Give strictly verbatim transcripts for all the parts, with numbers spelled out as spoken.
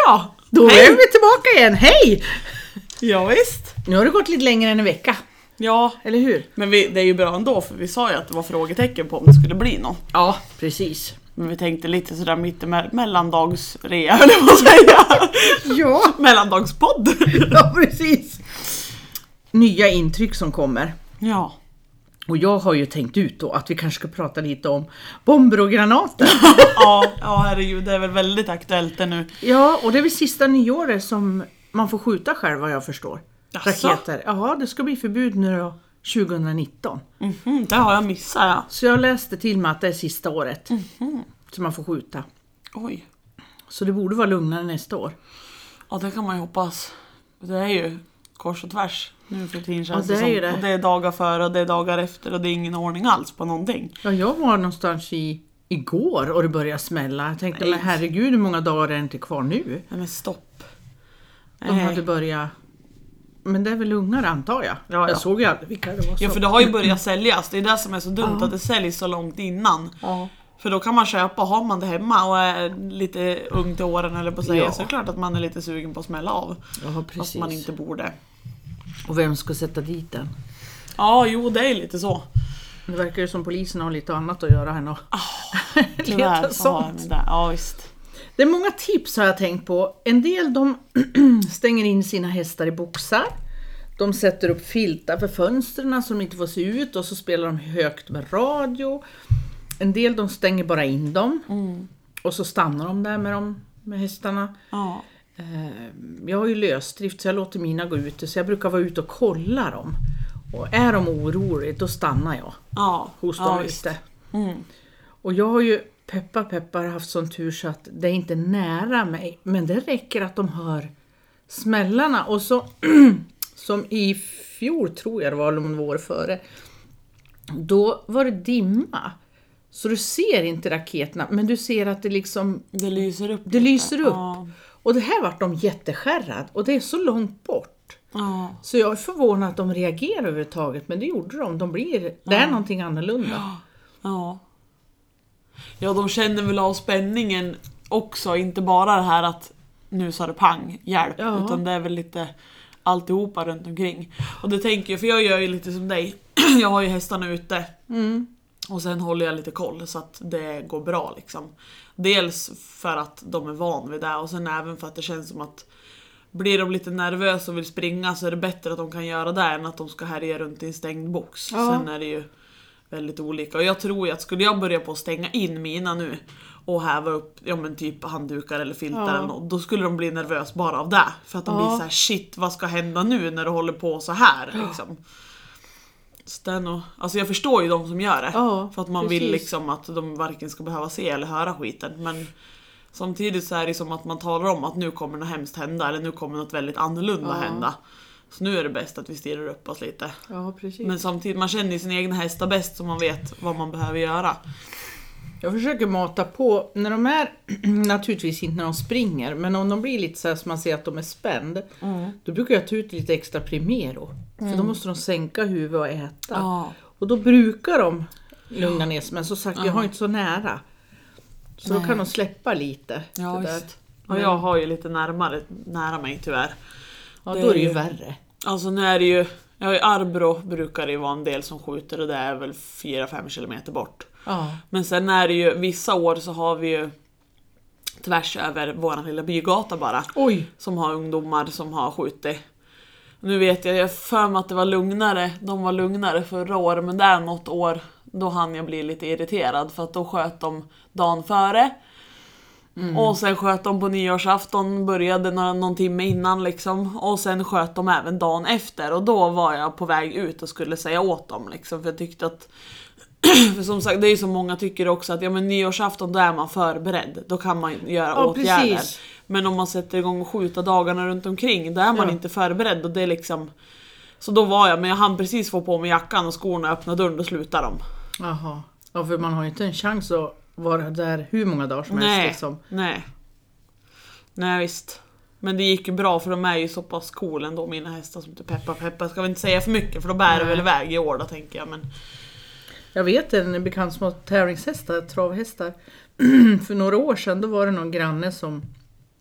Ja, då hej. är vi tillbaka igen. Hej! Ja, visst. Nu har det gått lite längre än en vecka. Ja, eller hur? Men vi, det är ju bra ändå, för vi sa ju att det var frågetecken på om det skulle bli något. Ja, precis. Men vi tänkte lite sådär mitt me- mellandagsrea, eller vad säga. Ja. Mellandagspodd. Ja, precis. Nya intryck som kommer. Ja. Och jag har ju tänkt ut då att vi kanske ska prata lite om bomber och granater. ja, ja, herregud, det är väl väldigt aktuellt det nu. Ja, och det är väl sista nyåret som man får skjuta själv, vad jag förstår. Jaså? Raketer. Ja, det ska bli förbud nu då tjugonitton. Mhm, det har jag missat, ja. Så jag läste till mig att det är sista året Mhm. som man får skjuta. Oj. Så det borde vara lugnare nästa år. Ja, det kan man ju hoppas. Det är ju kors och tvärs nu för tiden, Ja, känns det det är som. ju det. Och det är dagar före och det är dagar efter och det är ingen ordning alls på någonting. Ja, jag var någonstans i igår och det började smälla. Jag tänkte, Nej. men herregud, hur många dagar är det inte kvar nu? Nej, men stopp. De Nej. hade börjat... Men det är väl lugnare, antar jag. Ja, ja. Jag såg ju aldrig vilka det var. Ja, så. för det har ju börjat säljas. Det är det som är så dumt, Ja. att det säljs så långt innan. Ja. För då kan man köpa, har man det hemma och är lite ung till åren eller på att säga, Ja. så är det klart att man är lite sugen på att smälla av. Ja, Fast precis. man inte borde. Och vem ska sätta dit den? Ja, jo, det är lite så. Det verkar ju som polisen har lite annat att göra än att Tyvärr leta så har sånt. jag det. Ja, visst. Det är många tips har jag tänkt på. En del de stänger in sina hästar i boxar. De sätter upp filtar för fönstren så de inte får se ut och så spelar de högt med radio. En del de stänger bara in dem Mm. och så stannar de där med, dem, med hästarna. Ja. Eh, Jag har ju lösdrift så jag låter mina gå ute så jag brukar vara ute och kolla dem. Och är de oroliga då stannar jag Ja. hos ja, dem visst. lite. Mm. Och jag har ju peppar peppar haft sån tur så att det är inte nära mig. Men det räcker att de hör smällarna. Och så som i fjol tror jag det var, eller om det var år före. Då var det dimma. Så du ser inte raketerna. Men du ser att det liksom, Det lyser upp. det lite. lyser upp. Ja. Och det här vart de jätteskärrad. Och det är så långt bort. Ja. Så jag är förvånad att de reagerar överhuvudtaget. Men det gjorde de. De blir, det är någonting annorlunda. Ja. Ja, de känner väl av spänningen också, inte bara det här att nu sa det pang, hjälp, Ja. utan det är väl lite alltihopa runt omkring. Och det tänker jag, för jag gör ju lite som dig. Jag har ju hästarna ute. Mm. Och sen håller jag lite koll så att det går bra liksom. Dels för att de är van vid det och sen även för att det känns som att blir de lite nervösa och vill springa så är det bättre att de kan göra det än att de ska härja runt i en stängd box. Ja. Sen är det ju väldigt olika. Och jag tror ju att skulle jag börja på att stänga in mina nu och häva upp, ja men typ handdukar eller filtar Ja. eller något, då skulle de bli nervös bara av det. För att de Ja. blir så här: shit, vad ska hända nu när du håller på så här liksom. Så det är nog, alltså jag förstår ju de som gör det. Ja, för att man precis. vill liksom att de varken ska behöva se eller höra skiten. Men samtidigt så är det som att man talar om att nu kommer något hemskt hända, eller nu kommer något väldigt annorlunda Ja. hända. Så nu är det bäst att vi stirrar upp oss lite. Ja, precis. Men samtidigt, man känner ju sin egen hästar bäst, så man vet vad man behöver göra. Jag försöker mata på, när de är, naturligtvis inte när de springer, men om de blir lite så här som man ser att de är spänd, Mm. då brukar jag ta ut lite extra Primero. För då måste de sänka huvudet och äta. Ja. Och då brukar de lugna ner sig, men som sagt, jag Ja. har inte så nära. Så då Nej. kan de släppa lite. Ja, det där. visst. Och jag har ju lite närmare, nära mig tyvärr. Ja, Det då är det är ju ju- värre. Alltså nu är det ju, ja, i Arbro brukar det ju vara en del som skjuter och det är väl fyra fem kilometer bort. Ja. Men sen är det ju, vissa år så har vi ju tvärs över våran lilla bygata bara. Oj! Som har ungdomar som har skjutit. Nu vet jag, jag för mig att det var lugnare, de var lugnare förra året, men det är något år då hann jag bli lite irriterad för att då sköt de dagen före. Mm. Och sen sköt de på nyårsafton, började några, någon timme innan liksom. Och sen sköt de även dagen efter. Och då var jag på väg ut och skulle säga åt dem liksom. För jag tyckte att, för som sagt, det är ju som många tycker också att ja, men nyårsafton då är man förberedd. Då kan man göra Ja, åtgärder. precis. Men om man sätter igång och skjuta dagarna runt omkring, då är man Ja. inte förberedd. Och det är liksom, så då var jag, men jag hann precis få på mig jackan och skorna, öppna dörren och sluta dem. Jaha. Ja, för man har ju inte en chans att vara där hur många dagar som helst Nej, liksom. nej. Nej, visst. Men det gick ju bra för de är ju så pass cool ändå, mina hästar som typ peppar peppar. Ska vi inte säga för mycket för då bär det väl iväg i år då, tänker jag. Men Jag vet en bekant som har tävlingshästar, travhästar. För några år sedan då var det någon granne som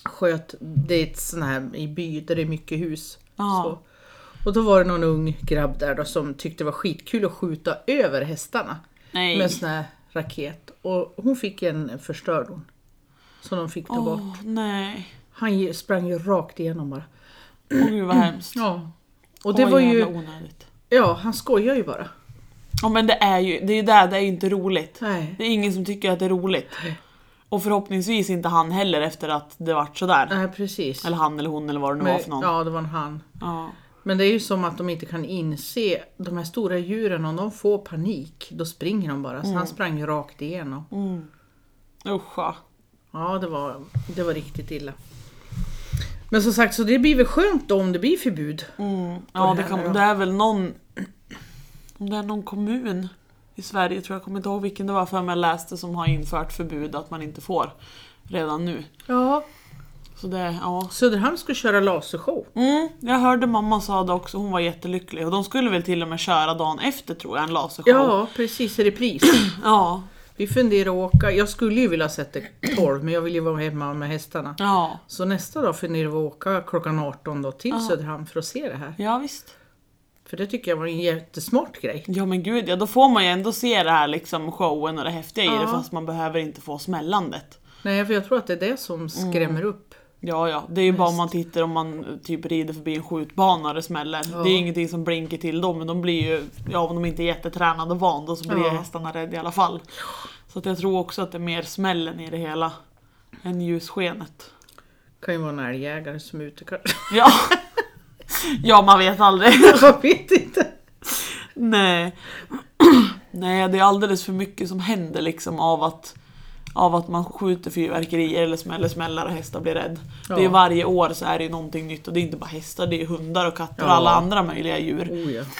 sköt, det är ett sån här i by där det är mycket hus. Ja. Så. Och då var det någon ung grabb där då som tyckte det var skitkul att skjuta över hästarna. Nej. Med en sån här raket. Och hon fick en förstörd hon. Som de fick ta Åh, bort. nej. Han sprang ju rakt igenom bara. Åh gud vad hemskt. Ja. Och det Åh, var ju... jävla onödigt. Ja, han skojar ju bara. Ja men det är ju, det är ju där, det är ju inte roligt. Nej. Det är ingen som tycker att det är roligt. Nej. Och förhoppningsvis inte han heller efter att det vart sådär. Nej, precis. Eller han eller hon eller vad det nu Men, var för någon. ja, det var en han. Ja. Men det är ju som att de inte kan inse de här stora djuren, om de får panik, då springer de bara. Så Mm. han sprang ju rakt igenom. Mm. Usch. Ja, det var, det var riktigt illa. Men som sagt, så det blir väl skönt då om det blir förbud. Mm. Ja, det det, här nu kan, då? det är väl någon... Om det är någon kommun i Sverige, tror jag, kommer inte ihåg vilken det var för mig jag läste, som har infört förbud att man inte får redan nu. Ja, Så det, ja. Söderhamn ska köra lasershow. Mm, jag hörde mamma sa det också, hon var jättelycklig. Och de skulle väl till och med köra dagen efter, tror jag, en lasershow. Ja, precis, i repris. Ja. Vi funderar att åka, jag skulle ju vilja sätta tolv, men jag vill ju vara hemma med hästarna. Ja. Så nästa dag funderar vi att åka klockan arton då till Söderhamn för att se det här. Ja, visst. För det tycker jag var en jättesmart grej. Ja men gud, ja, då får man ju ändå se det här liksom showen och det häftiga i Ja. det, fast man behöver inte få smällandet. Nej, för jag tror att det är det som skrämmer upp. Ja, ja, det är ju bara om man tittar om man typ rider förbi en skjutbana och det smäller. Ja. Det är ingenting som blinkar till dem, men de blir ju, ja om de inte är jättetränade och vanda så blir Ja. hästarna rädda i alla fall. Så att jag tror också att det är mer smällen i det hela än ljusskenet. Kan ju vara en älgjägare som är ute kanske. Ja, ja man vet aldrig. Jag vet inte. Nej. Nej, det är alldeles för mycket som händer liksom av att av att man skjuter fyrverkerier eller smäller smällar och hästar blir rädd. Ja. Det är varje år så är det ju någonting nytt, och det är inte bara hästar, det är hundar och katter och Ja. alla andra möjliga djur. Oh, ja.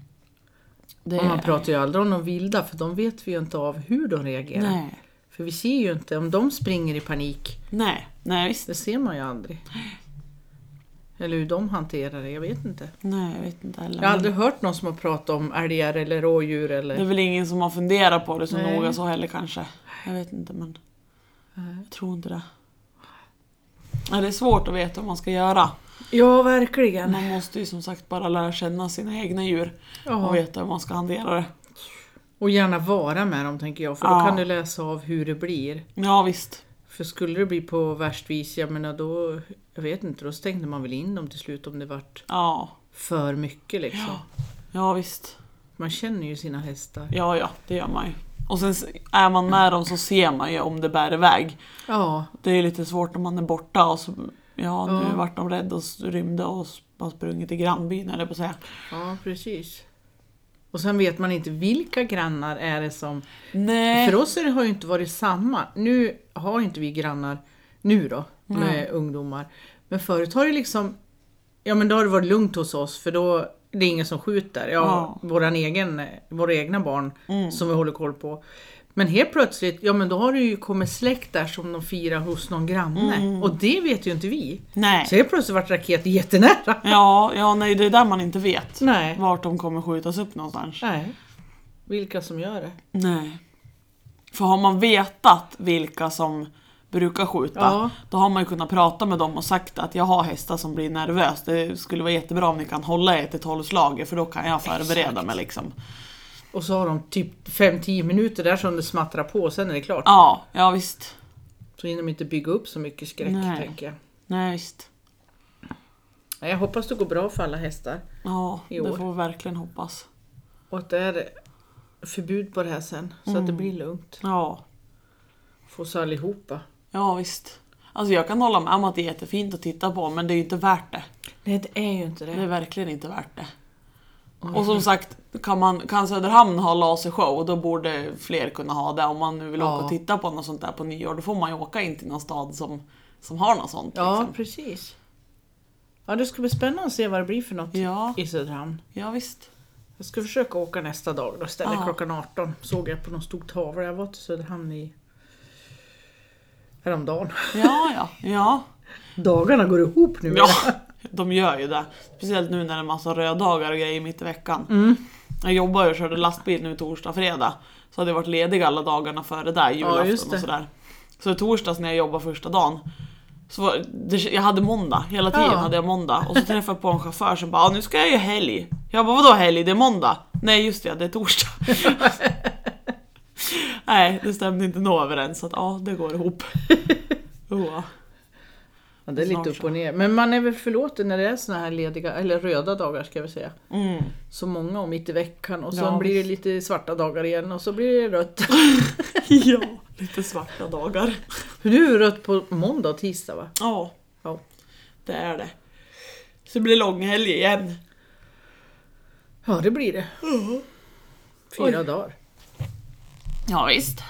Det Och man pratar ju aldrig om de vilda, för de vet vi ju inte av hur de reagerar. Nej. För vi ser ju inte om de springer i panik. Nej, nej visst. Det ser man ju aldrig. Eller hur de hanterar det, jag vet inte. Nej, jag vet inte heller. Jag har aldrig hört någon som har pratat om älgar eller rådjur eller... Det är väl ingen som har funderat på det så Nej. noga så heller kanske. Jag vet inte, men Nej. jag tror inte det. Ja, det är svårt att veta vad man ska göra. Ja, verkligen. Man måste ju som sagt bara lära känna sina egna djur och Ja. veta hur man ska hantera det. Och gärna vara med dem, tänker jag. För Ja. då kan du läsa av hur det blir. Ja, visst. För skulle det bli på värst vis, jag menar då... Jag vet inte, då stängde man väl in dem till slut om det vart Ja, för mycket liksom. ja visst. Man känner ju sina hästar. Ja, ja, det gör man ju. Och sen är man med dem så ser man ju om det bär iväg. Ja, Det är lite svårt när man är borta och så, ja, nu Ja. vart de rädda och rymde och har sprungit till grannbyn, eller på att säga. ja, precis. Och sen vet man inte vilka grannar är det som... Nej. För oss är det, har ju inte varit samma. Nu har ju inte vi grannar nu då, med Nej. ungdomar. Men förut har det liksom... Ja, men då har det varit lugnt hos oss, för då det är ingen som skjuter. Ja, Ja. Våran egen, våra egna barn Mm. som vi håller koll på. Men helt plötsligt, ja men då har det ju kommit släkt där som de firar hos någon granne. Mm. Och det vet ju inte vi. Nej. Så helt plötsligt vart raketer jättenära. Ja, ja, nej, det är där man inte vet. Nej. Vart de kommer skjutas upp någonstans. Nej. Vilka som gör det. Nej. För har man vetat vilka som brukar skjuta, Ja. då har man ju kunnat prata med dem och sagt att jag har hästar som blir nervös. Det skulle vara jättebra om ni kan hålla er till tolv slager, för då kan jag förbereda Exakt. mig liksom. Och så har de typ fem till tio minuter där som det smattrar på och sen är det klart. Ja, ja visst. Så hinner de inte bygga upp så mycket skräck, Nej. tänker jag. Nej, visst. Jag hoppas det går bra för alla hästar. Ja, I det år. får vi verkligen hoppas. Och att det är förbud på det här sen. Så att det blir lugnt. Ja, För oss allihopa. ja visst. Alltså jag kan hålla med om att det är jättefint att titta på, men det är ju inte värt det. Nej, det är ju inte det. Det är verkligen inte värt det. Och som sagt, kan, man, kan Söderhamn ha lasershow, då borde fler kunna ha det. Om man nu vill åka Ja. och titta på något sånt där på nyår, då får man ju åka in till någon stad som, som har något sånt. Ja, Liksom. precis. Ja, det ska bli spännande att se vad det blir för något Ja, i Söderhamn. ja visst. Jag ska försöka åka nästa dag då, istället Ja. klockan arton. Såg jag på någon stor tavla. Jag var till Söderhamn i häromdagen. Ja, ja, ja. Dagarna går ihop nu. Ja, de gör ju det. Speciellt nu när det är en massa röddagar och grejer mitt i veckan. Mm. Jag jobbar ju och körde lastbil nu torsdag, fredag. Så hade jag varit ledig alla dagarna före där, Ja, just julafton det. och sådär. Så i torsdags när jag jobbade första dagen, Så var, det, jag hade måndag, hela tiden Ja. hade jag måndag. Och så träffade jag på en chaufför som bara, nu ska jag ju helg. Jag bara, vadå helg? Det är måndag. Nej just det, det är torsdag. Nej, det stämde inte nå överens. Så att ja, det går ihop. Oh. Ja, det är lite upp och ner. Men man är väl förlåten när det är såna här lediga, eller röda dagar ska vi säga. Mm. Så många om mitt i veckan. Och så Ja. blir det lite svarta dagar igen och så blir det rött. Ja, lite svarta dagar. För du är rött på måndag och tisdag va? Ja, Ja. det är det. Så det blir långhelg igen. Ja, det blir det. Mm. Fyra Oj. dagar. Ja, visst.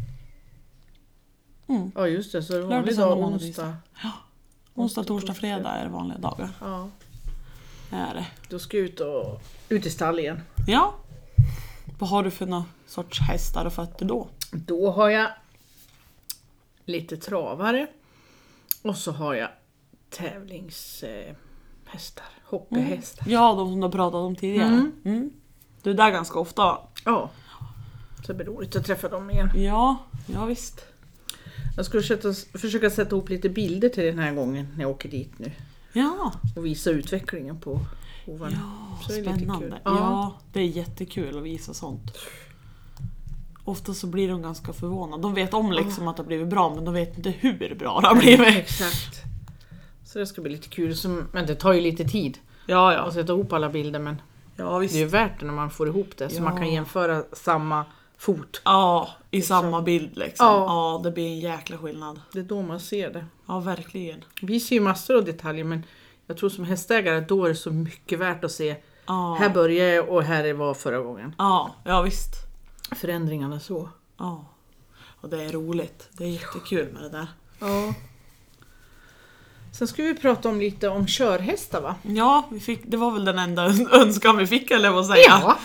Ja, just det. Så är det Lördag, vanlig söndag, dag, måndag, onsdag. Onsdag, torsdag, fredag är vanliga dagar. Ja, Det är det. då ska jag ut, och, ut i stall igen. Ja. Vad har du för någon sorts hästar och fötter då? Då har jag lite travare. Och så har jag tävlingshästar. Eh, hästar, hoppehästar. Ja, de som du har pratat om tidigare. Mm. Mm. Du är där ganska ofta. Ja. Så det blir roligt att träffa dem igen. Ja, ja visst. Jag ska sätta, försöka sätta ihop lite bilder till den här gången när jag åker dit nu. Ja, Och visa utvecklingen på hovarna. ja Så det är lite spännande. kul. Ja. Ja. det är jättekul att visa sånt. Ofta så blir de ganska förvånade. De vet om liksom att det har blivit bra, men de vet inte hur bra det har blivit. Exakt. Så det ska bli lite kul. Som, men det tar ju lite tid Ja, att ja. sätta ihop alla bilder. Men Ja, visst. det är ju värt det när man får ihop det. Så Ja. man kan jämföra samma fot. Ja, i samma bild liksom. Ja. Ja, det blir en jäkla skillnad. Det är då man ser det. Ja, verkligen. Vi ser ju massor av detaljer, men jag tror som hästägare då är det så mycket värt att se. Ja, Här börjar jag och här är var förra gången. ja, ja visst. Förändringarna så. Ja. Och det är roligt. Det är jättekul med det där. Ja. Sen ska vi prata om lite om körhästar va? Ja, vi fick, det var väl den enda önskan vi fick, eller vad säga. Ja.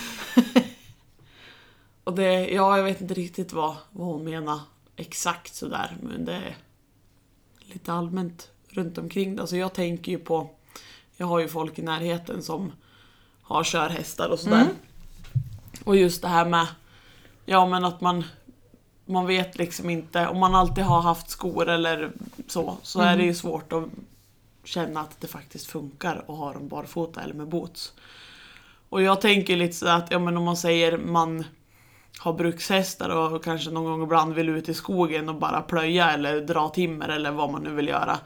Och det, ja, jag vet inte riktigt vad, vad hon menar exakt sådär, men det är lite allmänt runt omkring det. Alltså jag tänker ju på, jag har ju folk i närheten som har körhästar och sådär. Mm. Och just det här med, ja men att man, man vet liksom inte, om man alltid har haft skor eller så, så är det ju svårt att känna att det faktiskt funkar att ha dem barfota eller med boots. Och jag tänker lite så att, ja men om man säger man har brukshästar och kanske någon gång ibland vill ut i skogen och bara plöja eller dra timmer eller vad man nu vill göra.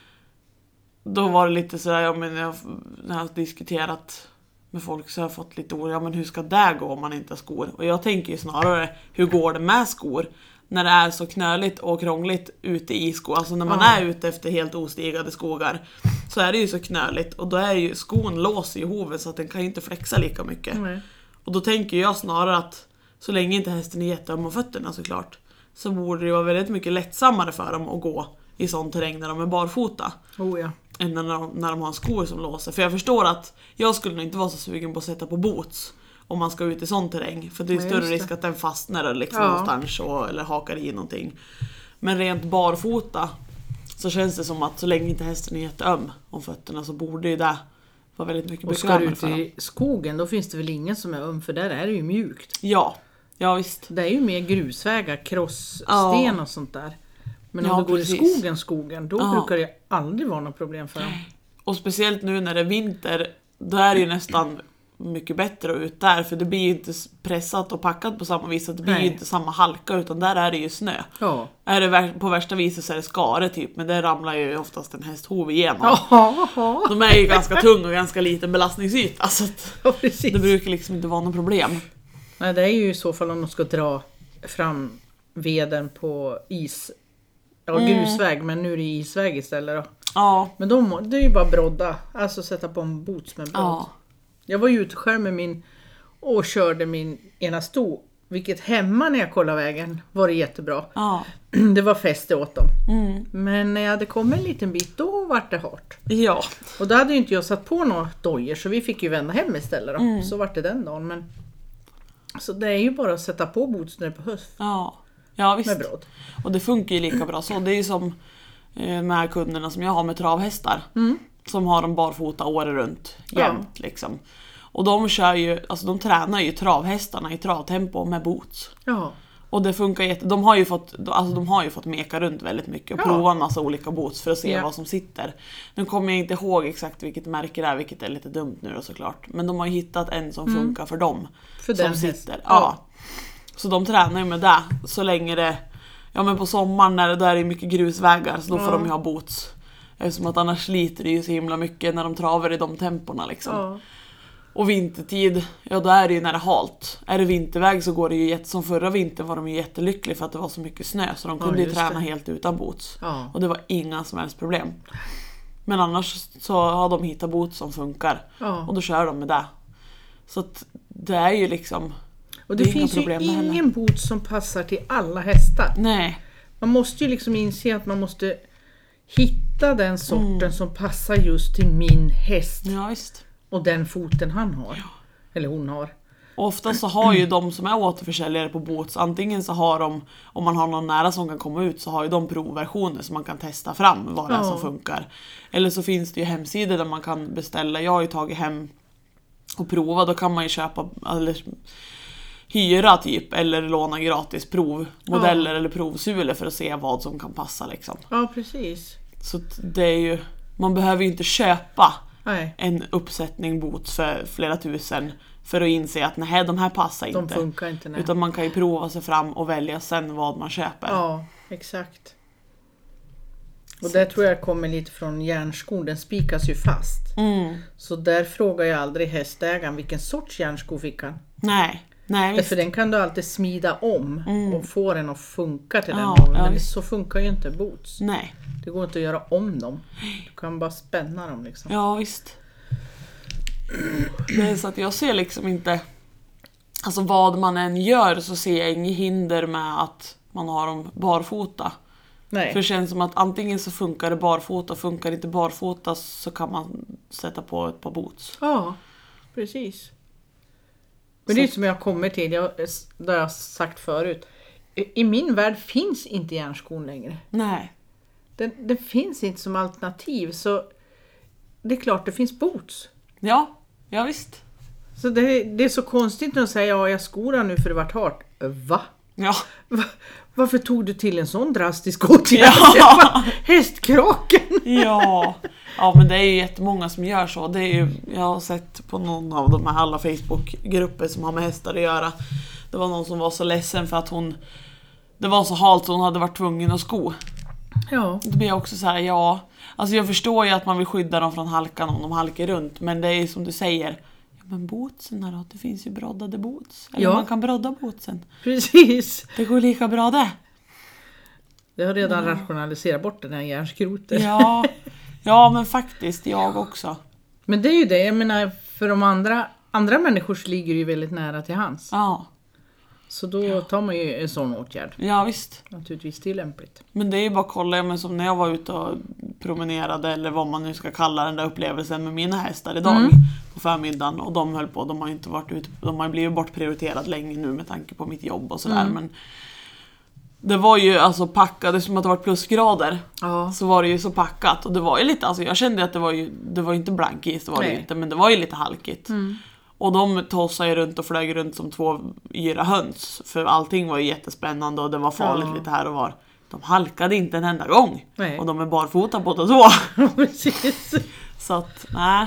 Då var det lite sådär, ja men jag, när jag har diskuterat med folk så har jag fått lite ord, ja men hur ska det gå om man inte har skor? Och jag tänker ju snarare, hur går det med skor? När det är så knöligt och krångligt ute i skor, alltså när man Ja. är ute efter helt ostigade skogar, så är det ju så knöligt och då är ju skon låser i hoven så att den kan ju inte flexa lika mycket. Nej. Och då tänker jag snarare att så länge inte hästen är jätteöm om fötterna såklart, så borde det vara väldigt mycket lättsammare för dem att gå i sån terräng när de är barfota Oh ja. än när de, när de har skor som låser. För jag förstår att jag skulle nog inte vara så sugen på att sätta på boots om man ska ut i sån terräng. För det är Nej, större just det. risk att den fastnar liksom Ja. någonstans och, eller hakar i någonting. Men rent barfota så känns det som att så länge inte hästen är jätteöm om fötterna så borde ju det vara väldigt mycket Och ska du bekvämare ut för dem. i skogen då finns det väl ingen som är öm för där är det ju mjukt. Ja, ja visst. Det är ju mer grusvägar, krosssten Ja. och sånt där. Men om Ja, du går precis. i skogen, skogen, då Ja. brukar det aldrig vara något problem för dem. Och speciellt nu när det är vinter, då är det ju nästan mycket bättre att ut där, för det blir ju inte pressat och packat på samma vis, att det blir Nej. ju inte samma halka, utan där är det ju snö. Ja. Är det vär- på värsta viset så är det skare typ, men det ramlar ju oftast en hästhov igenom. Ja, ja. De är ju ganska tung och ganska liten belastningsyta, så att Ja, precis. det brukar liksom inte vara något problem. Nej, det är ju i så fall om de ska dra fram veden på is. Ja, Mm. grusväg, men nu är det isväg istället då. Ja, Men de, det är ju bara brodda, alltså sätta på en boots med brodd. ja, Jag var ju ute själv med min och körde min ena sto. Vilket hemma när jag kollade vägen var det jättebra. ja, Det var fäste åt dem. mm. Men när jag hade kommit en liten bit då var det hårt. ja, Och då hade ju inte jag satt på några dojor så vi fick ju vända hem istället då. Mm. Så var det den dagen. Men... Så det är ju bara att sätta på boots när det behövs ja, ja visst. med brodd. Och det funkar ju lika bra så. Det är ju som eh, med kunderna som jag har med travhästar. Mm. Som har dem barfota året runt Ja. jämt liksom. Och de kör ju, alltså de tränar ju travhästarna i travtempo med boots. Ja, Och det funkar jätte... De har ju fått, alltså de har ju fått meka runt väldigt mycket och Ja. prova en massa olika boots för att se Ja. vad som sitter. Nu kommer jag inte ihåg exakt vilket märke det är, vilket är lite dumt nu då såklart. Men de har ju hittat en som funkar för dem. För som den sitter. hästen. Ja. Ja. Så de tränar ju med det så länge det... Ja men på sommaren när det där är mycket grusvägar så då får Ja. de ju ha boots. Eftersom att annars sliter det ju så himla mycket när de travar i de temporna liksom. Ja. Och vintertid, ja då är det ju när det är halt. Är det vinterväg så går det ju jätte... Som förra vintern var de ju jättelyckliga för att det var så mycket snö. Så de kunde ju just träna det. helt utan boots. Ja. Och det var inga som helst problem. Men annars så har de hittat boots som funkar. Ja. Och då kör de med det. Så att det är ju liksom... Och det, det är inga finns ju problem med ingen heller. boot som passar till alla hästar. Nej. Man måste ju liksom inse att man måste hitta den sorten Mm. som passar just till min häst. Ja visst. Och den foten han har. Eller hon har. Och ofta så har ju de som är återförsäljare på boots, antingen så har de, om man har någon nära som kan komma ut, så har ju de provversioner som man kan testa fram vad det är Ja. som funkar. Eller så finns det ju hemsidor där man kan beställa. Jag har ju tagit hem och prova, då kan man ju köpa eller hyra typ eller låna gratis provmodeller Ja. eller provsulor för att se vad som kan passa liksom. Ja, precis. Så att det är ju, man behöver ju inte köpa Nej, en uppsättning boots för flera tusen för att inse att nej, de här passar de inte. funkar inte. Nej. Utan man kan ju prova sig fram och välja sen vad man köper. Ja, exakt. Och det tror jag kommer lite från järnskon. Den spikas ju fast. Mm. Så där frågar jag aldrig hästägaren vilken sorts järnsko fick han. Nej, nej visst. För den kan du alltid smida om och få den att funka till Ja, den. Men ja, visst. så funkar ju inte boots. Nej, Det går inte att göra om dem. Du kan bara spänna dem liksom. ja visst. Det är så att jag ser liksom inte... Alltså vad man än gör så ser jag inget hinder med att man har dem barfota. Nej. För det känns som att antingen så funkar det barfota, funkar det inte barfota så kan man sätta på ett par boots. Ja, precis. Men det är som jag kommer till, jag, det har jag sagt förut. I i min värld finns inte järnskon längre. Nej. Den, den finns inte som alternativ, så det är klart det finns boots. Ja, ja visst. Så det, det är så konstigt att säga, ja jag skor nu för det vart hårt. Va? Ja. Va? Varför tog du till en sån drastisk åtgärd? Ja. Hästkraken! Ja. Ja, men det är ju jättemånga som gör så. Det är ju, jag har sett på någon av de här alla Facebookgrupper som har med hästar att göra. Det var någon som var så ledsen för att hon... Det var så halt så hon hade varit tvungen att sko. Ja, Då blir jag också så här, ja... Alltså jag förstår ju att man vill skydda dem från halkan om de halkar runt. Men det är ju som du säger... Ja, men bootsen här då? Det finns ju broddade boots. Eller Ja. man kan brodda bootsen. precis. Det går lika bra det. Jag har redan rationaliserat bort den här järnskroten. Ja, ja men faktiskt, jag också. Men det är ju det, jag menar, för de andra, andra människor ligger ju väldigt nära till hands. Ja, Så då tar man ju en sån åtgärd. ja visst. Naturligtvis tillämpligt. Men det är ju bara att kolla, men som när jag var ute och promenerade eller vad man nu ska kalla den där upplevelsen med mina hästar idag Mm. på förmiddagen, och de höll på, de har ju inte varit ute, de har ju blivit bortprioriterat länge nu med tanke på mitt jobb och sådär, Mm. men det var ju alltså packat, det som att det var plusgrader. Ja. Så var det ju så packat, och det var ju lite, alltså jag kände att det var ju, det var ju inte blankis, det var det ju Nej. inte, men det var ju lite halkigt. Mm. Och de tossade ju runt och flög runt som två yra höns. För allting var ju jättespännande och det var farligt Ja. lite här och var. De halkade inte en enda gång. Nej. Och de är barfota båda två. Precis. Så att, nej.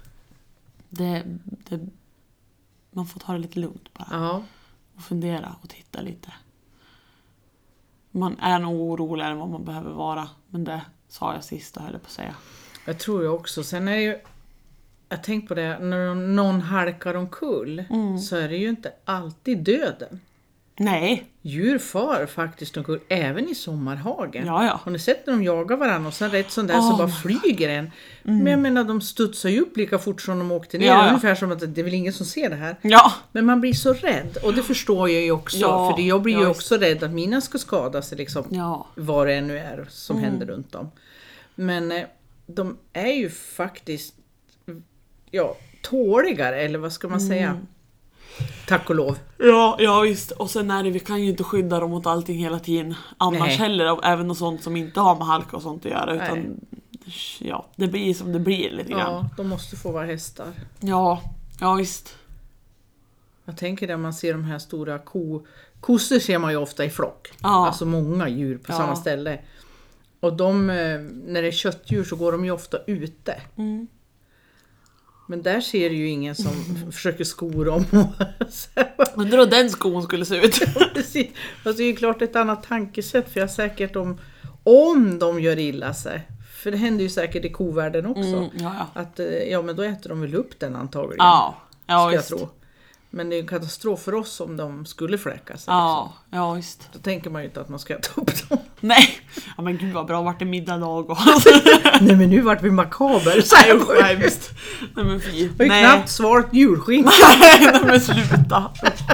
Det, det, man får ta det lite lugnt bara. Ja. Och fundera och titta lite. Man är nog oroligare än vad man behöver vara. Men det sa jag sist och höll på att säga. Jag tror jag också. Sen är det ju, jag tänkte på det, när någon halkar omkull Mm. så är det ju inte alltid döden. Nej. Djur far faktiskt omkull, även i sommarhagen. Ja, ja. Har ni sett när de jagar varandra och sen rätt sån där Oh så bara my flyger en. Men jag menar, de studsar ju upp lika fort som de åkte ner. Ja, ja. Ungefär som att det är väl ingen som ser det här. Ja. Men man blir så rädd, och det förstår jag ju också. Ja, för det, jag blir ja, ju visst. också rädd att mina ska skada sig liksom. Ja. Vad det ännu är som Mm. händer runt om. Men eh, de är ju faktiskt ja, tåligare, eller vad ska man säga? Mm. Tack och lov. Ja, ja visst. Och sen är det, vi kan ju inte skydda dem mot allting hela tiden. Annars Nej. heller, och även och sånt som inte har med halka och sånt att göra. Nej. Utan ja, det blir som det blir lite grann. Ja, de måste få vara hästar. Ja, ja visst. Jag tänker när man ser de här stora ko, kossor ser man ju ofta i flock. Ja. Alltså många djur på Ja. samma ställe. Och de, eh, när det är köttdjur så går de ju ofta ute. Mm. Men där ser du ju ingen som Mm. försöker sko dem. Undrar hur den skon skulle se ut. Precis. Fast det är ju klart ett annat tankesätt. För jag är säkert om, om de gör illa sig. För det händer ju säkert i kovärlden också. Mm, ja, ja. Att eh, ja, men då äter de väl upp den antagligen. Ja, ja ska jag visst. tro. Men det är en katastrof för oss om de skulle fläka sig. Ja, ja visst. Då tänker man ju inte att man ska äta upp dem. Nej, ja, men gud vad bra, vart det middagdag och... Nej men nu vart vi makaber. Så här sjukt. Nej, visst. Nej men fy. Jag har ju Nej. knappt svarat julskinn. Nej men sluta.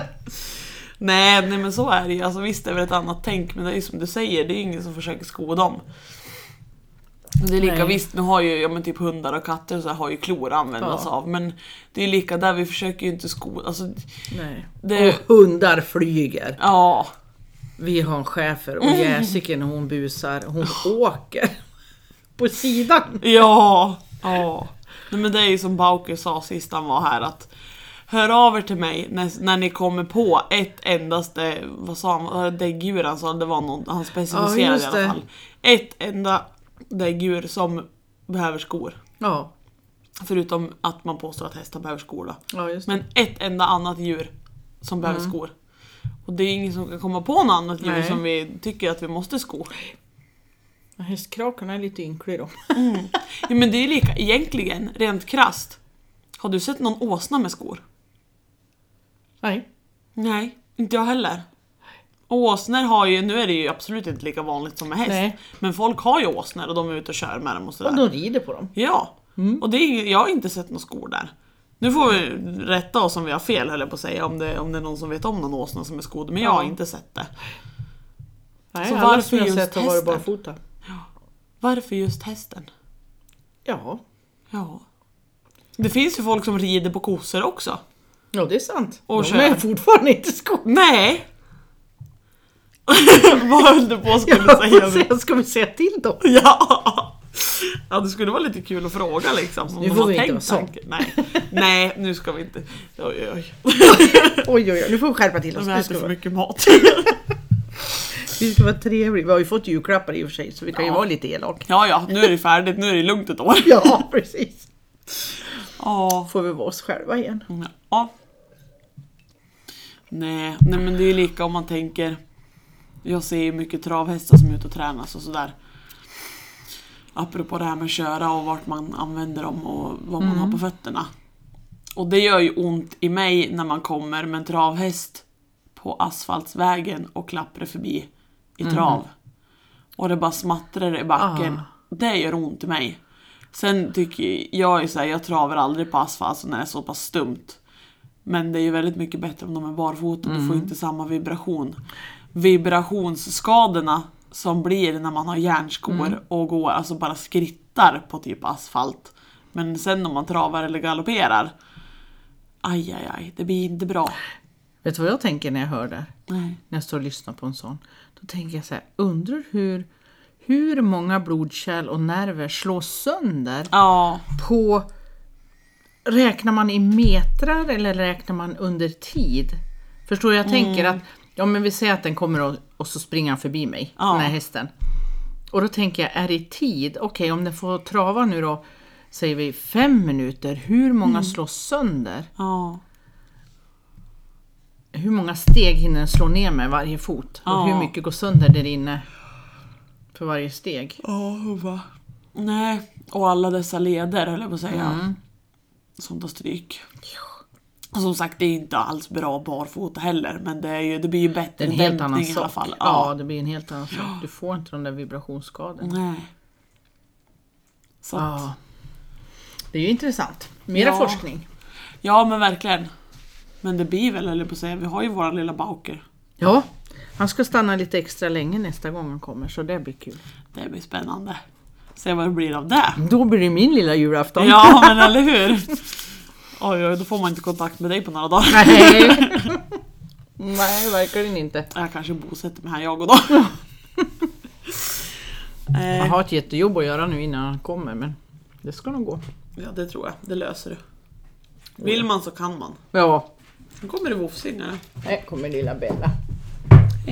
Nej, nej men så är det ju. Alltså visst det är väl ett annat tänk. Men det är ju som du säger, det är ingen som försöker sko dem. Det är lika Nej. visst, nu har ju ja, men typ hundar och katter så här, har ju klor användas Ja. av. Men det är lika där, vi försöker ju inte sko. Alltså, Nej. det, Och hundar flyger. ja, Vi har en chefer och Jäsiken hon busar. Hon åker på sidan. ja, ja. Nej, men det är ju som Bauke sa sist han var här att hör av er till mig när, när ni kommer på ett endaste, vad sa han, däggdjur han sa, det var någon, han Ja, specificerade just i alla det. fall. Ett enda däggdjur som behöver skor. Ja, Förutom att man påstår att hästar behöver skor då. ja just det. Men ett enda annat djur som behöver Mm. skor. Och det är ingen som kan komma på något annat djur Nej. som vi tycker att vi måste sko. Ja, hästkrakarna är lite ynklig då. Ja, men det är lika, egentligen, rent krasst. Har du sett någon åsna med skor? Nej. Nej, inte jag heller. Och åsnor har ju, nu är det ju absolut inte lika vanligt som med häst. Nej. Men folk har ju åsnor och de är ute och kör med dem och sådär. Och de rider på dem. Ja, Mm. och det är, jag har inte sett några skor där. Nu får vi rätta oss om vi har fel, höll jag på att säga, om det, om det är någon som vet om någon åsna som är skodd. Men jag har Ja. inte sett det. Nej, Så alla varför som jag just sett har varit hästen? barfota. Varför just hästen? Ja. Ja. Det finns ju folk som rider på kossor också. Ja, det är sant. Och de kör. är fortfarande inte skor. Nej! Vad höll du på att skulle Jag säga? får säga, ska vi säga till dem? Ja. Ja, det skulle vara lite kul att fråga liksom. Om Nu de får har vi inte tänkt vara sån. tanken. Nej. Nej, nu ska vi inte. Oj, oj. Oj, oj, oj. Nu får vi skärpa till oss. De Nu äter ska för vi, mycket mat. vi ska vara trevliga. Vi har ju fått julklappar i och för sig, så vi kan ju Ja. vara lite elak. Ja, ja, nu är det färdigt. Nu är det lugnt ett år. Ja, precis. Ja. Får vi vara oss själva igen. Ja. Nej, nej, men det är lika om man tänker. Jag ser ju mycket travhästar som är ute och tränas och sådär. Apropå det här med köra och vart man använder dem och vad man Mm. har på fötterna. Och det gör ju ont i mig när man kommer med en travhäst på asfaltsvägen och klapprar förbi i trav. Och det bara smattrar i backen. Ah. Det gör ont i mig. Sen tycker jag ju så här, jag travar aldrig på asfalt när det är så pass stumt. Men det är ju väldigt mycket bättre om de är barfota. Du får inte samma vibration. Vibrationsskadorna som blir när man har järnskor och går, alltså bara skrittar på typ asfalt. Men sen om man travar eller galopperar, aj aj aj, det blir inte bra. Vet du vad jag tänker när jag hör det? Nej. När jag står och lyssnar på en sån. Då tänker jag så här, undrar hur, hur många blodkärl och nerver slås sönder Ja, på, räknar man i metrar eller räknar man under tid? Förstår jag tänker att, ja men vi säger att den kommer och, och så springer han förbi mig, Ja. den här hästen. Och då tänker jag, är det i tid? Okej, om den får trava nu då, säger vi fem minuter, hur många slås sönder? ja, Hur många steg hinner den slå ner med varje fot? Och Ja. hur mycket går sönder där inne för varje steg? ja, va? Nej, och alla dessa leder, höll jag på att säga. Mm. Som tar stryk. Och som sagt, det är inte alls bra barfota heller. Men det, är ju, det blir ju Det bättre är en helt dämpning annan i alla sak. fall. Ja, det blir en helt annan sak. Du får inte de där vibrationsskadorna. Nej. Så att, Ja. Det är ju intressant. Mera Ja. forskning. ja, men verkligen. Men det blir väl, eller på att säga, vi har ju våra lilla Bauker. Ja, han ska stanna lite extra länge nästa gång han kommer, så det blir kul. Det blir spännande. Se vad det blir av det. Då blir det min lilla julafton. Ja, men eller hur? Oj, oj, då får man inte kontakt med dig på några dagar. Nej. Nej, verkligen inte. Jag kanske bosätter mig här jag och då. Jag eh, har ett jättejobb att göra nu innan han kommer, men det ska nog gå. ja, det tror jag. Det löser du. Vill man så kan man. Ja, Nu kommer det vovsingare. här kommer lilla Bella.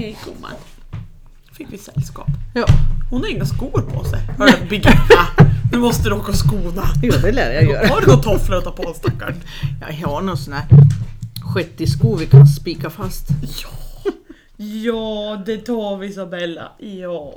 Hej gumman. Fick vi sällskap. Ja. Hon har inga skor på sig. Hörru Birgitta, nu måste du åka skorna. Jo, det lär jag göra. Har du något tofflor att ta på stackaren? Jag har någon sån här skettisko vi kan spika fast. Ja. Ja, det tar vi Isabella. Ja.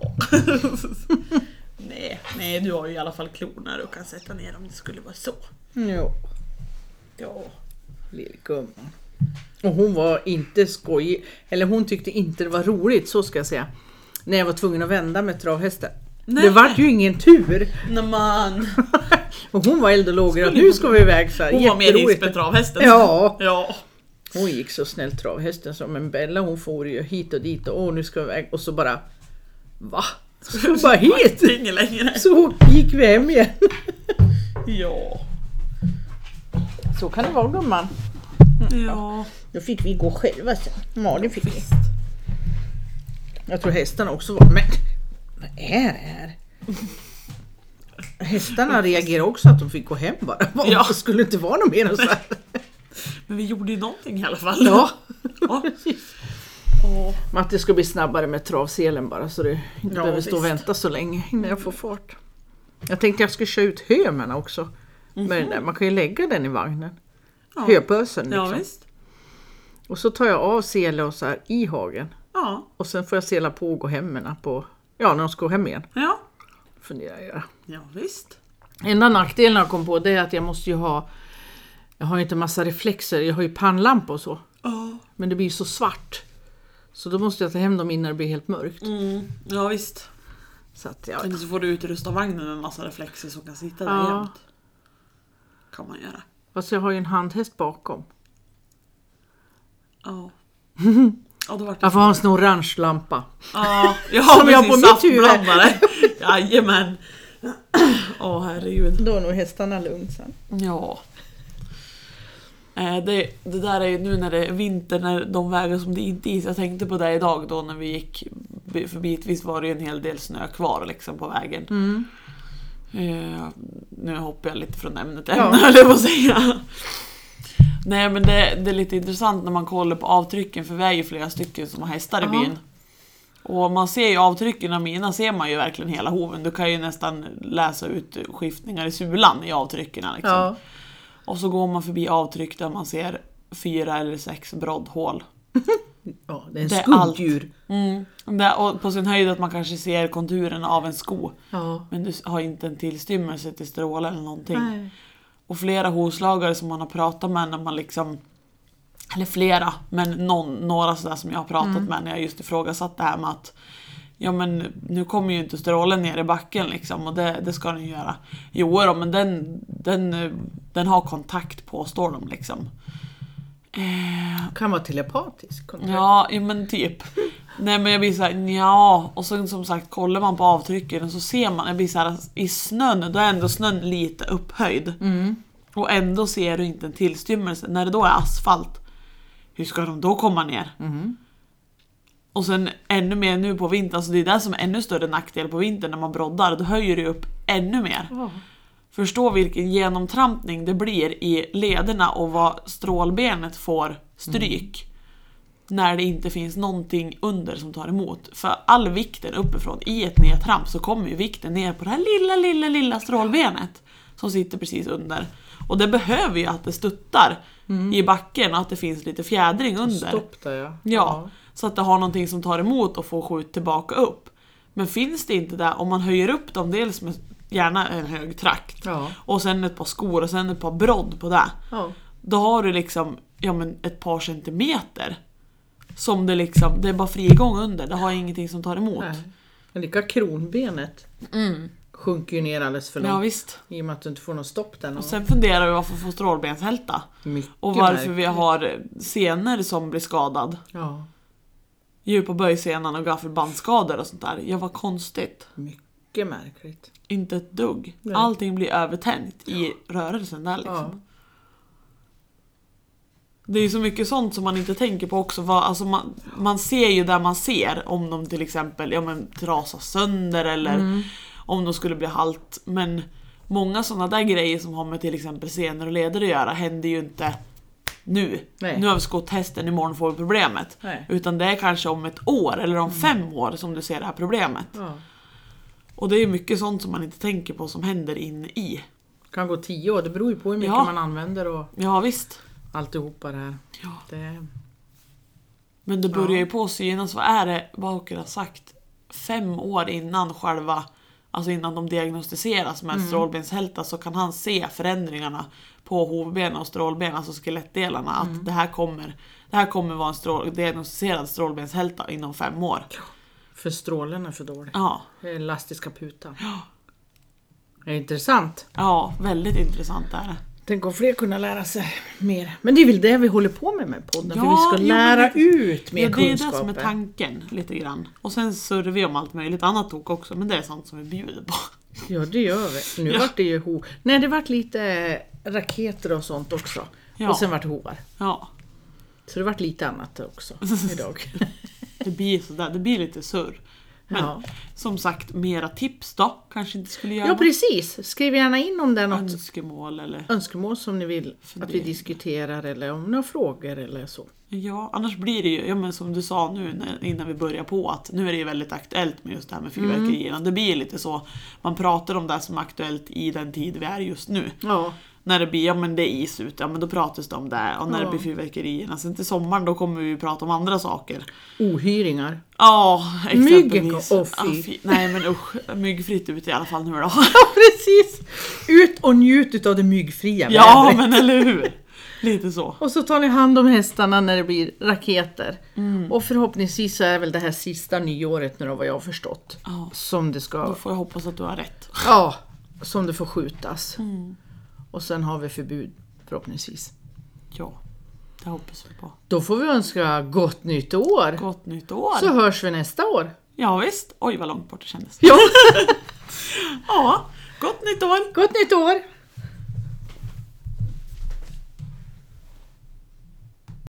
nej, nej, du har ju i alla fall klorna och kan sätta ner om det skulle vara så. Jo. Ja. Lillgumman. Och hon var inte skojig. Eller hon tyckte inte det var roligt, så ska jag säga. När jag var tvungen att vända med travhästen. Nej. Det var ju ingen tur. Nej man. Och hon var eld och lågor. Nu ska vi iväg så här. Hon var mer hiss med travhästen. Ja. Ja. Hon gick så snällt travhästen som en Bella. Hon får ju hit och dit och åh, nu ska vi iväg. Och så bara, va? Så bara hit. Inget längre. Så gick vi hem igen. Ja. Så kan det vara, gumman. Ja. Då fick vi gå själva sen. Ja, det fick vi. Jag tror hästarna också var, men vad är det här? Hästarna reagerar också att de fick gå hem bara. Ja. Det skulle inte vara något mer än så här. Men vi gjorde ju någonting i alla fall. Ja. Ja. Och men att det ska bli snabbare med travselen bara, så det inte Ja, behöver stå och visst. vänta så länge innan jag får fart. Jag tänkte jag skulle köra ut hömerna också. Mm-hmm. Men den där, man kan ju lägga den i vagnen. Ja. Höpösen Ja, liksom. visst. Och så tar jag av sele och så här i hagen. Ja. Och sen får jag sela på och gå hemmerna på, ja, när de ska gå hem igen. Ja. Funderar jag göra. Ja, visst. Enda nackdelen jag kom på det är att jag måste ju ha, jag har ju inte massa reflexer, jag har ju pannlampa och så. Ja. Men det blir så svart. Så då måste jag ta hem dem innan det blir helt mörkt. Mm. Ja, visst. Så att jag, Eller så får du utrusta vagnen med en massa reflexer som kan sitta där Ja. jämt. Kan man göra. fast jag har ju en handhäst bakom. Ja. Ja, då vart det Jag får ha en sån orange lampa. Ja, jag Som har jag på precis mitt huvud. saftblandare. Jajamän. Åh, herregud. Då är nog hästarna lugnt sen. Ja. Eh, Det, det där är ju nu när det är vinter, när de vägar som det inte är is. Jag tänkte på det idag då när vi gick för bitvis var det ju en hel del snö kvar liksom på vägen. Mm. Eh, nu hoppar jag lite från ämnet Ja. ämne, eller vad säger jag? Nej, men det, det är lite intressant när man kollar på avtrycken, för vi är ju flera stycken som har hästar i Ja. byn. Och man ser ju avtrycken av mina, ser man ju verkligen hela hoven. Du kan ju nästan läsa ut skiftningar i sulan i avtrycken liksom. Ja. Och så går man förbi avtryck där man ser fyra eller sex broddhål. Ja, det är en Det är skuggdjur. Mm. Det, och på sin höjd att man kanske ser konturen av en sko. Ja. Men du har inte en tillstymmelse till stråle eller någonting. Nej. Och flera hovslagare som man har pratat med när man liksom, eller flera, men någon, några sådär som jag har pratat Mm. med när jag just ifrågasatt det här med att ja, men nu kommer ju inte strålen ner i backen liksom, och det, det ska den ju göra. Jo då, men den, den, den har kontakt, påstår de liksom. Eh, Kan vara telepatisk. kontakt. ja, ja, men typ. Nej, men jag blir så här, ja. Och sen som sagt, kollar man på avtrycken och så ser man, jag blir så här, i snön, då är ändå snön lite upphöjd. Mm. Och ändå ser du inte en tillstymmelse. När det då är asfalt, hur ska de då komma ner? Mm. Och sen ännu mer nu på vintern, alltså det är det som är ännu större nackdel på vintern när man broddar, då höjer det upp ännu mer. Ja. Förstå vilken genomtrampning det blir i lederna och vad strålbenet får stryk. Mm. När det inte finns någonting under som tar emot. För all vikten uppifrån i ett nedtramp så kommer ju vikten ner på det här lilla, lilla, lilla strålbenet som sitter precis under. Och det behöver ju att det stuttar mm. i backen och att det finns lite fjädring under. Stopp där, ja. Ja, ja, så att det har någonting som tar emot och får skjut tillbaka upp. Men finns det inte där, om man höjer upp dem dels med gärna en hög trakt Ja. och sen ett par skor och sen ett par brodd på det. Ja. Då har du liksom ja, men ett par centimeter som det liksom, det är bara frigång under, det har ingenting som tar emot. Nej. Men lika kronbenet Mm. sjunker ju ner alldeles för långt. Ja, visst. I och med att du inte får någon stopp där. Och sen funderar vi varför vi får strålbenshälta. Mycket Och varför märkligt. vi har senor som blir skadad. Ja, Djup- och böjsenan och gaffelbandskador och sånt där. Ja, vad konstigt. mycket märkligt. Inte ett dugg. Nej. Allting blir övertänkt i rörelsen där liksom. Ja. Det är ju så mycket sånt som man inte tänker på också. Vad, alltså man, man ser ju där man ser om de till exempel ja, men, trasar sönder eller Mm. om de skulle bli halt. Men många sådana där grejer som har med till exempel senor och leder att göra händer ju inte nu. Nej. Nu har vi skott hästen, imorgon får vi problemet. Nej. Utan det är kanske om ett år eller om fem år som du ser det här problemet. Ja. Och det är mycket sånt som man inte tänker på som händer in i. Kan gå tio år, det beror ju på hur mycket Ja. man använder och Ja visst. alltihopa det här. Ja. Det... Men det börjar Ja. ju på synas, vad är det Bauker har sagt? Fem år innan själva, alltså innan de diagnostiseras med Mm. strålbenshälta, så kan han se förändringarna på hovben och strålben, alltså skelettdelarna, att Mm. det här kommer det här kommer vara en strål, diagnostiserad strålbenshälta inom fem år. För strålen är för dålig. Ja, Elastiska putan. Det är intressant. ja, väldigt intressant är det. Tänk om fler kunna lära sig mer. Men det är väl det vi håller på med med podden. Ja, för vi ska jo, lära men det- ut mer Ja, det är kunskaper. det som är tanken lite grann. Och sen surrar vi om allt möjligt annat tok också, men det är sånt som vi bjuder på. Ja, det gör vi. Nu Ja. vart det ju ho... Nej, det vart lite raketer och sånt också. Ja. Och sen vart det hovar. Ja, Så det vart lite annat också idag. det blir sådär, det blir lite surr. Men Ja. som sagt, mera tips då kanske inte skulle göra Ja, precis. Skriv gärna in om det är något önskemål eller... önskemål som ni vill att vi Funderingar. diskuterar eller om några frågor eller så. Ja, annars blir det ju, ja men som du sa nu när, innan vi börjar på, att nu är det ju väldigt aktuellt med just det här med fyrverkerierna. Det blir lite så, man pratar om det som är aktuellt i den tid vi är just nu. Ja, När det blir, ja men det är is ut, ja men då pratas det om det. Och när Ja. det blir fyrverkerierna, sen till sommaren då kommer vi ju prata om andra saker. ohyringar. Ja, exempelvis. Mygg och fy. Ja, fy. Nej men usch, myggfritt ute i alla fall nu då. Ja, precis. Ut och njut av det myggfria Ja vädret. men eller hur. Lite så. Och så tar ni hand om hästarna när det blir raketer. Mm. Och förhoppningsvis så är väl det här sista nyåret nu då, vad jag har förstått. Ja. Som det Då ska, får jag hoppas att du har rätt. ja, som det får skjutas. Mm. Och sen har vi förbud förhoppningsvis. Ja, det hoppas vi på. Då får vi önska gott nytt år. Gott nytt år. Så hörs vi nästa år. Ja visst. Oj vad långt bort det kändes. Ja, Ja, gott nytt år. gott nytt år.